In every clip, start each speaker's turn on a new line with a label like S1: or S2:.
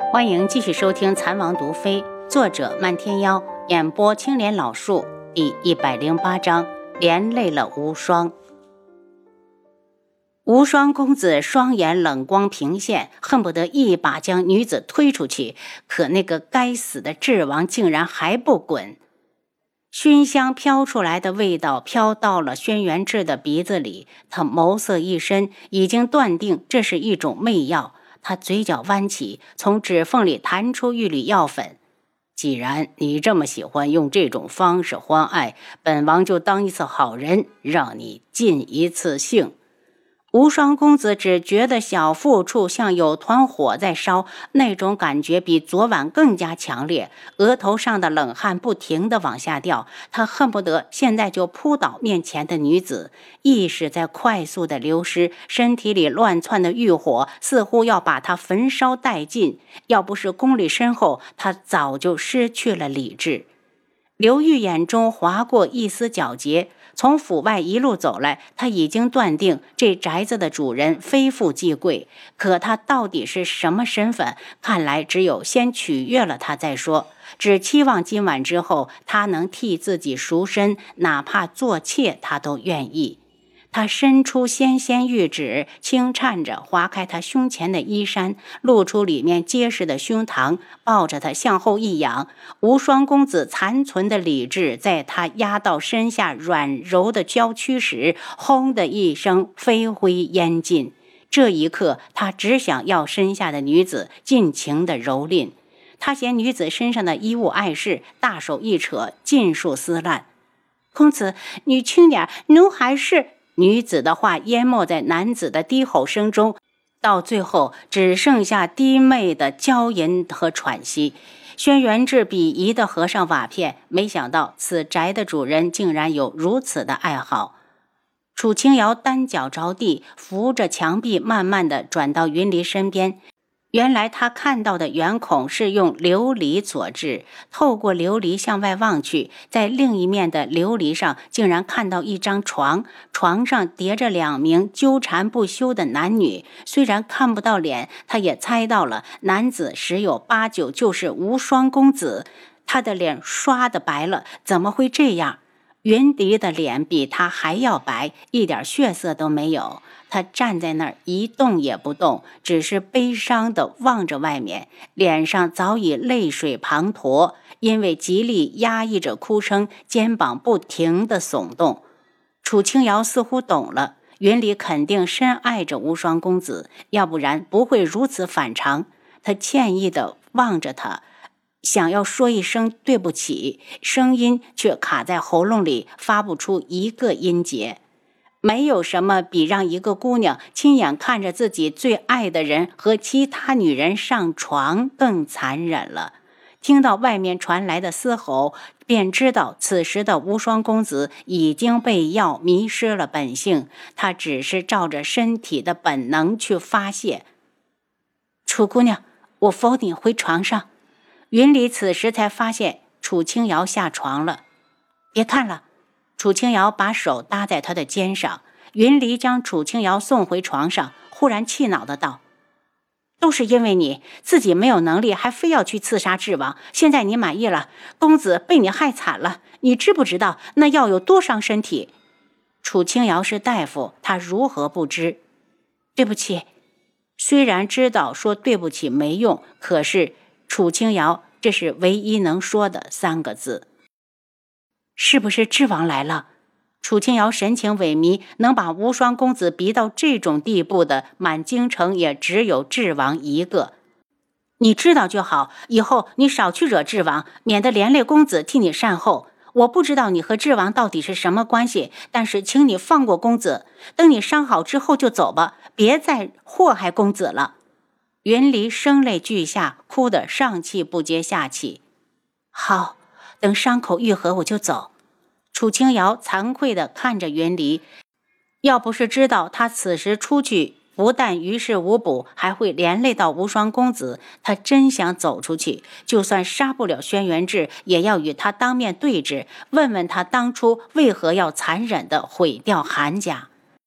S1: 欢迎继续收听《残王毒妃》，作者漫天妖，演播青莲老树，第108章，连累了无双。无双公子双眼冷光平现，恨不得一把将女子推出去，可那个该死的智王竟然还不滚。熏香飘出来的味道飘到了轩辕志的鼻子里，他眸色一深，已经断定这是一种媚药。他嘴角弯起，从指缝里弹出一缕药粉。既然你这么喜欢用这种方式欢爱，本王就当一次好人，让你尽一次兴。无双公子只觉得小腹处像有团火在烧，那种感觉比昨晚更加强烈，额头上的冷汗不停地往下掉，他恨不得现在就扑倒面前的女子，意识在快速地流失，身体里乱窜的欲火似乎要把他焚烧殆尽，要不是功力深厚，他早就失去了理智。刘玉眼中划过一丝皎洁，从府外一路走来，他已经断定这宅子的主人非富即贵，可他到底是什么身份？看来只有先取悦了他再说，只期望今晚之后他能替自己赎身，哪怕做妾他都愿意。他伸出纤纤玉指，轻颤着划开他胸前的衣衫，露出里面结实的胸膛，抱着他向后一仰，无双公子残存的理智在他压到身下软柔的娇躯时，轰的一声飞灰烟尽。这一刻，他只想要身下的女子尽情的蹂躏。他嫌女子身上的衣物碍事，大手一扯，尽数撕烂。公子，你轻点，奴还是……女子的话淹没在男子的低吼声中，到最后只剩下低媚的娇吟和喘息。轩辕志鄙夷地合上瓦片，没想到此宅的主人竟然有如此的爱好。楚清瑶单脚着地，扶着墙壁，慢慢地转到云离身边。原来他看到的圆孔是用琉璃所制，透过琉璃向外望去，在另一面的琉璃上竟然看到一张床，床上叠着2名纠缠不休的男女。虽然看不到脸，他也猜到了男子十有八九就是无双公子。他的脸刷的白了，怎么会这样？云迪的脸比他还要白，一点血色都没有。他站在那儿一动也不动，只是悲伤地望着外面，脸上早已泪水滂沱，因为极力压抑着哭声，肩膀不停地耸动。楚清瑶似乎懂了，云里肯定深爱着无双公子，要不然不会如此反常。他歉意地望着他，想要说一声对不起，声音却卡在喉咙里，发不出一个音节。没有什么比让一个姑娘亲眼看着自己最爱的人和其他女人上床更残忍了。听到外面传来的嘶吼，便知道此时的无双公子已经被药迷失了本性，他只是照着身体的本能去发泄。楚姑娘，我扶你回床上。云里此时才发现楚清瑶下床了。别看了。楚清瑶把手搭在他的肩上，云离将楚清瑶送回床上，忽然气恼的道：都是因为你自己没有能力，还非要去刺杀智王，现在你满意了，公子被你害惨了，你知不知道那药有多伤身体？楚清瑶是大夫，他如何不知？对不起。虽然知道说对不起没用，可是楚清瑶这是唯一能说的3个字。是不是智王来了？楚清瑶神情萎靡，能把无双公子逼到这种地步的，满京城也只有智王一个。你知道就好，以后你少去惹智王，免得连累公子替你善后。我不知道你和智王到底是什么关系，但是请你放过公子，等你伤好之后就走吧，别再祸害公子了。云离声泪俱下，哭得上气不接下气。好，等伤口愈合我就走。楚清瑶惭愧地看着云离，要不是知道他此时出去不但于事无补，还会连累到无双公子，他真想走出去，就算杀不了轩辕志，也要与他当面对质，问问他当初为何要残忍地毁掉韩家。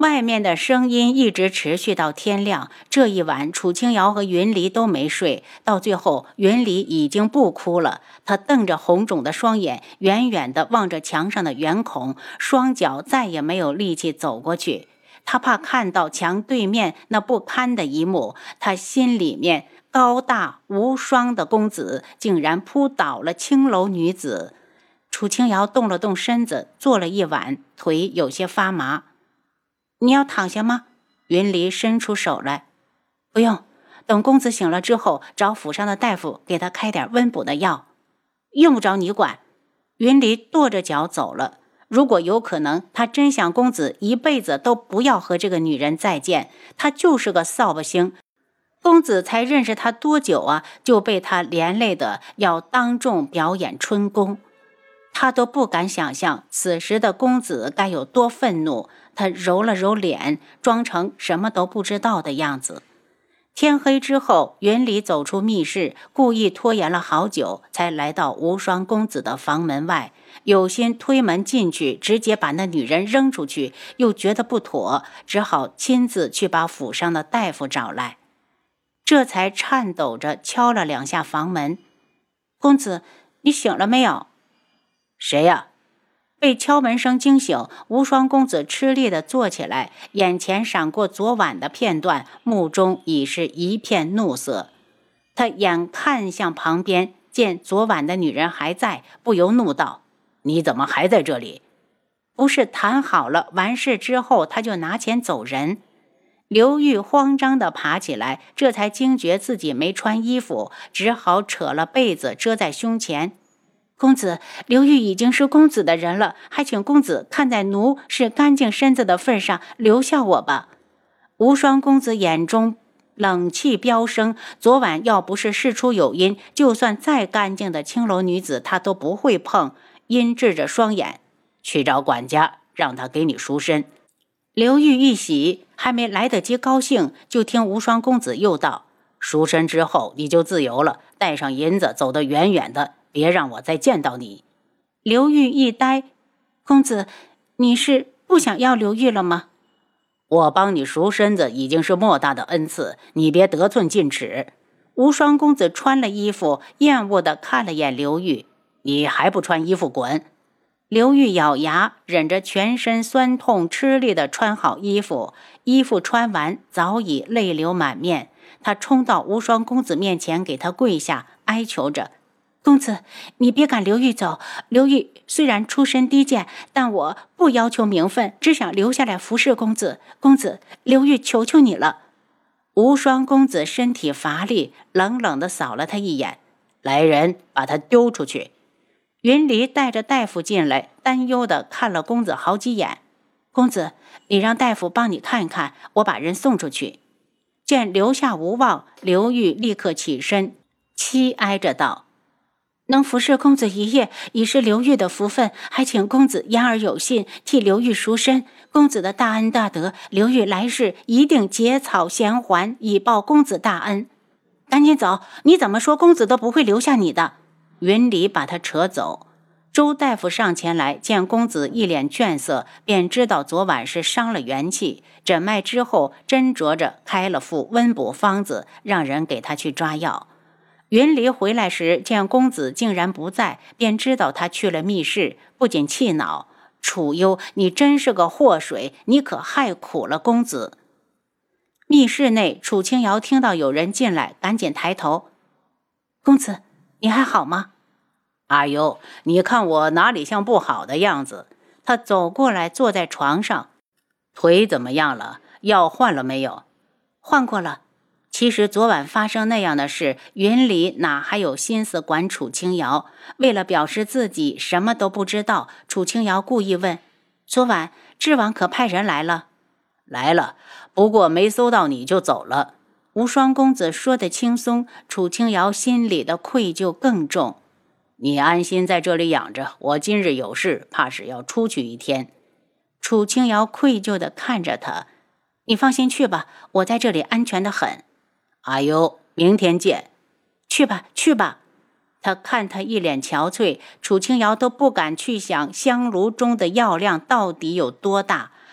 S1: 外面的声音一直持续到天亮。这一晚，楚清瑶和云离都没睡。到最后，云离已经不哭了，他瞪着红肿的双眼，远远地望着墙上的圆孔，双脚再也没有力气走过去。他怕看到墙对面那不堪的一幕，他心里面高大无双的公子竟然扑倒了青楼女子。楚清瑶动了动身子，坐了一晚，腿有些发麻。你要躺下吗？云离伸出手来。不用，等公子醒了之后，找府上的大夫给他开点温补的药。用不着你管。云离跺着脚走了。如果有可能，他真想公子一辈子都不要和这个女人再见。她就是个扫把星。公子才认识她多久啊，就被她连累的要当众表演春宫。他都不敢想象此时的公子该有多愤怒。他揉了揉脸，装成什么都不知道的样子。天黑之后，云离走出密室，故意拖延了好久，才来到无双公子的房门外。有心推门进去，直接把那女人扔出去，又觉得不妥，只好亲自去把府上的大夫找来。这才颤抖着敲了2下房门。公子，你醒了没有？谁呀？被敲门声惊醒，无双公子吃力地坐起来，眼前闪过昨晚的片段，目中已是一片怒色。他眼看向旁边，见昨晚的女人还在，不由怒道：你怎么还在这里？不是谈好了完事之后他就拿钱走人？刘玉慌张地爬起来，这才惊觉自己没穿衣服，只好扯了被子遮在胸前。公子，刘玉已经是公子的人了，还请公子看在奴是干净身子的份上，留下我吧。无双公子眼中冷气飙升，昨晚要不是事出有因，就算再干净的青楼女子他都不会碰，阴鸷着双眼，去找管家，让他给你赎身。刘玉一喜，还没来得及高兴，就听无双公子又道：赎身之后你就自由了，带上银子走得远远的，别让我再见到你。刘玉一呆，公子，你是不想要刘玉了吗？我帮你赎身子已经是莫大的恩赐，你别得寸进尺。无双公子穿了衣服，厌恶地看了眼刘玉，你还不穿衣服滚。刘玉咬牙，忍着全身酸痛，吃力地穿好衣服。衣服穿完，早已泪流满面。他冲到无双公子面前，给他跪下，哀求着：公子，你别赶刘玉走。刘玉虽然出身低贱，但我不要求名分，只想留下来服侍公子。公子，刘玉求求你了。无双公子身体乏力，冷冷地扫了他一眼：来人，把他丢出去。云离带着大夫进来，担忧地看了公子好几眼。公子，你让大夫帮你看看，我把人送出去。见留下无望，刘玉立刻起身，凄哀着道：能服侍公子一夜，已是刘玉的福分，还请公子言而有信，替刘玉赎身。公子的大恩大德，刘玉来世一定结草衔环，以报公子大恩。赶紧走，你怎么说公子都不会留下你的。云离把他扯走。周大夫上前来，见公子一脸倦色，便知道昨晚是伤了元气，诊脉之后斟酌着开了副温补方子，让人给他去抓药。云离回来时见公子竟然不在，便知道他去了密室，不仅气恼：楚幽，你真是个祸水，你可害苦了公子。密室内，楚清瑶听到有人进来，赶紧抬头：公子，你还好吗？阿尤，你看我哪里像不好的样子？他走过来坐在床上。腿怎么样了？药换了没有？换过了。其实昨晚发生那样的事，云离哪还有心思管楚清瑶？为了表示自己什么都不知道，楚清瑶故意问：昨晚智王可派人来了？来了，不过没搜到你就走了。无双公子说得轻松，楚清瑶心里的愧疚更重。你安心在这里养着，我今日有事，怕是要出去一天。楚清瑶愧疚地看着他：你放心去吧，我在这里安全得很。阿尤，明天见。去吧，去吧。他看他一脸憔悴，楚清瑶都不敢去想香炉中的药量到底有多大。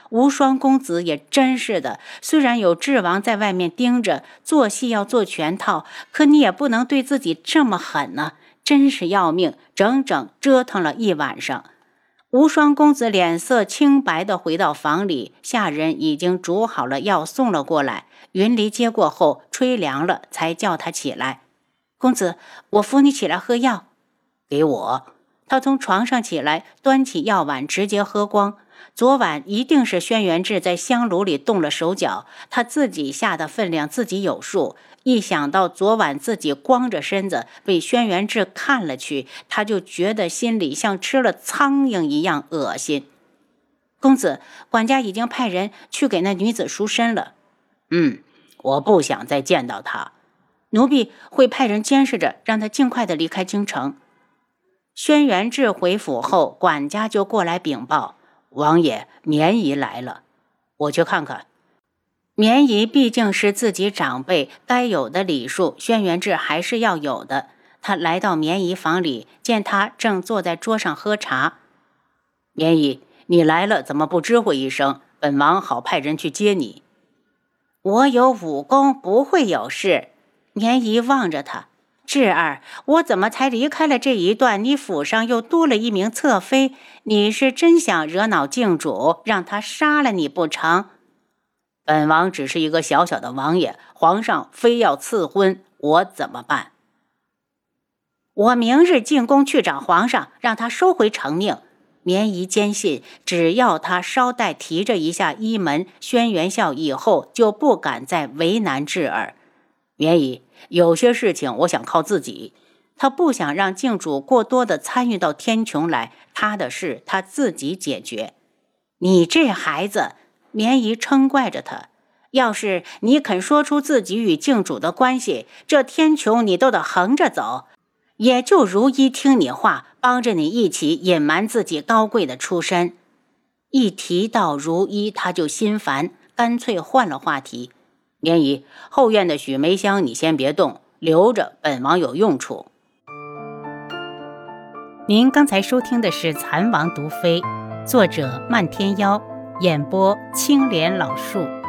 S1: 无双公子也真是的，虽然有智王在外面盯着，做戏要做全套，可你也不能对自己这么狠呢，真是要命，整整折腾了一晚上。无双公子脸色清白地回到房里，下人已经煮好了药送了过来，云离接过后吹凉了，才叫他起来。公子，我扶你起来喝药。给我。他从床上起来，端起药碗直接喝光。昨晚一定是轩辕志在香炉里动了手脚，他自己下的分量自己有数，一想到昨晚自己光着身子被轩辕志看了去，他就觉得心里像吃了苍蝇一样恶心。公子，管家已经派人去给那女子赎身了。我不想再见到她，奴婢会派人监视着，让她尽快的离开京城。轩辕志回府后，管家就过来禀报，王爷，绵姨来了。我去看看。绵姨毕竟是自己长辈，该有的礼数轩辕志还是要有的。他来到绵姨房里，见她正坐在桌上喝茶。绵姨，你来了，怎么不知会一声，本王好派人去接你。我有武功，不会有事。绵姨望着他，智儿，我怎么才离开了这一段，你府上又多了一名侧妃？你是真想惹恼靖主，让他杀了你不成？本王只是一个小小的王爷，皇上非要赐婚，我怎么办？我明日进宫去找皇上，让他收回成命。绵姨坚信，只要他稍带提着一下衣门，轩辕笑以后就不敢再为难智儿。绵姨，有些事情我想靠自己，他不想让靖主过多的参与到天穹来，他的事他自己解决。你这孩子，绵姨嗔怪着他，要是你肯说出自己与靖主的关系，这天穹你都得横着走。也就如一听你话，帮着你一起隐瞒自己高贵的出身。一提到如一，他就心烦，干脆换了话题。绵姨，后院的许梅香你先别动，留着本王有用处。您刚才收听的是《蚕王毒妃》，作者漫天妖，演播青莲老树。